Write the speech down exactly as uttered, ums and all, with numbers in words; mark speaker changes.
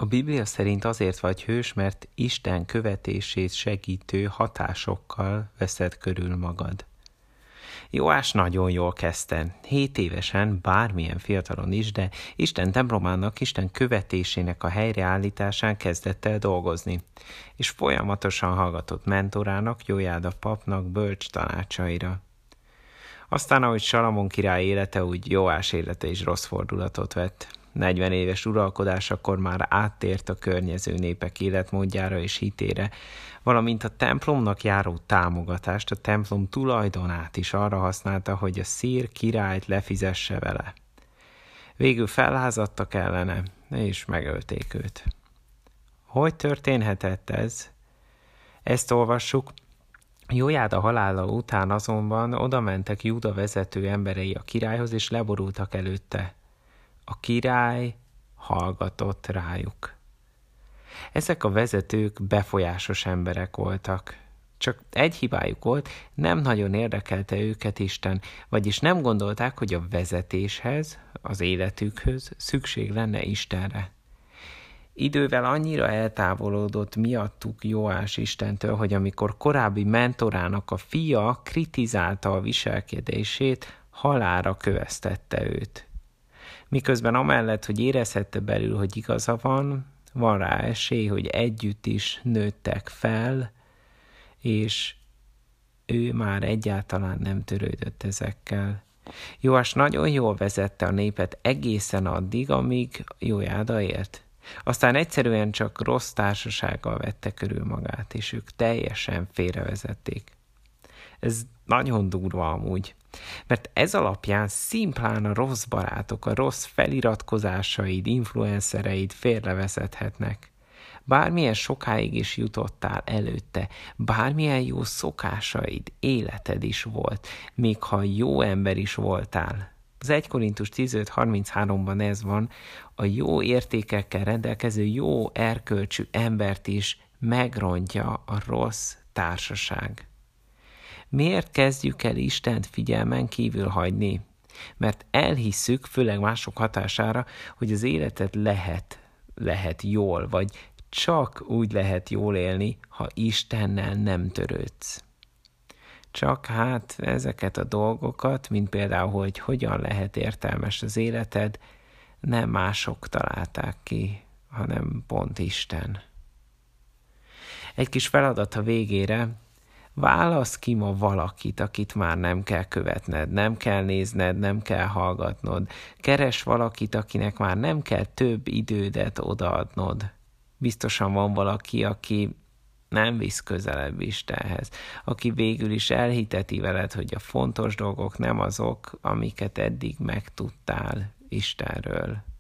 Speaker 1: Biblia szerint azért vagy hős, mert Isten követését segítő hatásokkal veszed körül magad. Jóás nagyon jól kezdte. Hét évesen, bármilyen fiatalon is, de Isten templomának, Isten követésének a helyreállításán kezdett el dolgozni, és folyamatosan hallgatott mentorának, Jójáda papnak bölcs tanácsaira. Aztán, ahogy Salamon király élete, úgy Jóás élete is rossz fordulatot vett. negyven éves uralkodásakor már áttért a környező népek életmódjára és hitére, valamint a templomnak járó támogatást, a templom tulajdonát is arra használta, hogy a szír királyt lefizesse vele. Végül felházadtak ellene, és megölték őt. Hogy történhetett ez? Ezt olvassuk. Jójáda halála után azonban odamentek Júda vezető emberei a királyhoz, és leborultak előtte. A király hallgatott rájuk. Ezek a vezetők befolyásos emberek voltak. Csak egy hibájuk volt, nem nagyon érdekelte őket Isten, vagyis nem gondolták, hogy a vezetéshez, az életükhöz szükség lenne Istenre. Idővel annyira eltávolodott miattuk Jóás Istentől, hogy amikor korábbi mentorának a fia kritizálta a viselkedését, halálra köveztette őt. Miközben amellett, hogy érezhette belül, hogy igaza van, van rá esély, hogy együtt is nőttek fel, és ő már egyáltalán nem törődött ezekkel. Jóás nagyon jól vezette a népet egészen addig, amíg Jójáda élt. Aztán egyszerűen csak rossz társasággal vette körül magát, és ők teljesen félrevezették. Ez nagyon durva amúgy, mert ez alapján szimplán a rossz barátok, a rossz feliratkozásaid, influencereid félrevezethetnek. Bármilyen sokáig is jutottál előtte, bármilyen jó szokásaid, életed is volt, még ha jó ember is voltál. Az egy Korintus tizenöt harminchárom-ban ez van, a jó értékekkel rendelkező, jó erkölcsű embert is megrontja a rossz társaság. Miért kezdjük el Istent figyelmen kívül hagyni? Mert elhisszük, főleg mások hatására, hogy az életed lehet, lehet jól, vagy csak úgy lehet jól élni, ha Istennel nem törődsz. Csak hát ezeket a dolgokat, mint például, hogy hogyan lehet értelmes az életed, nem mások találták ki, hanem pont Isten. Egy kis feladat a végére, válasz ki ma valakit, akit már nem kell követned, nem kell nézned, nem kell hallgatnod. Keres valakit, akinek már nem kell több idődet odaadnod. Biztosan van valaki, aki nem visz közelebb Istenhez, aki végül is elhiteti veled, hogy a fontos dolgok nem azok, amiket eddig megtudtál Istenről.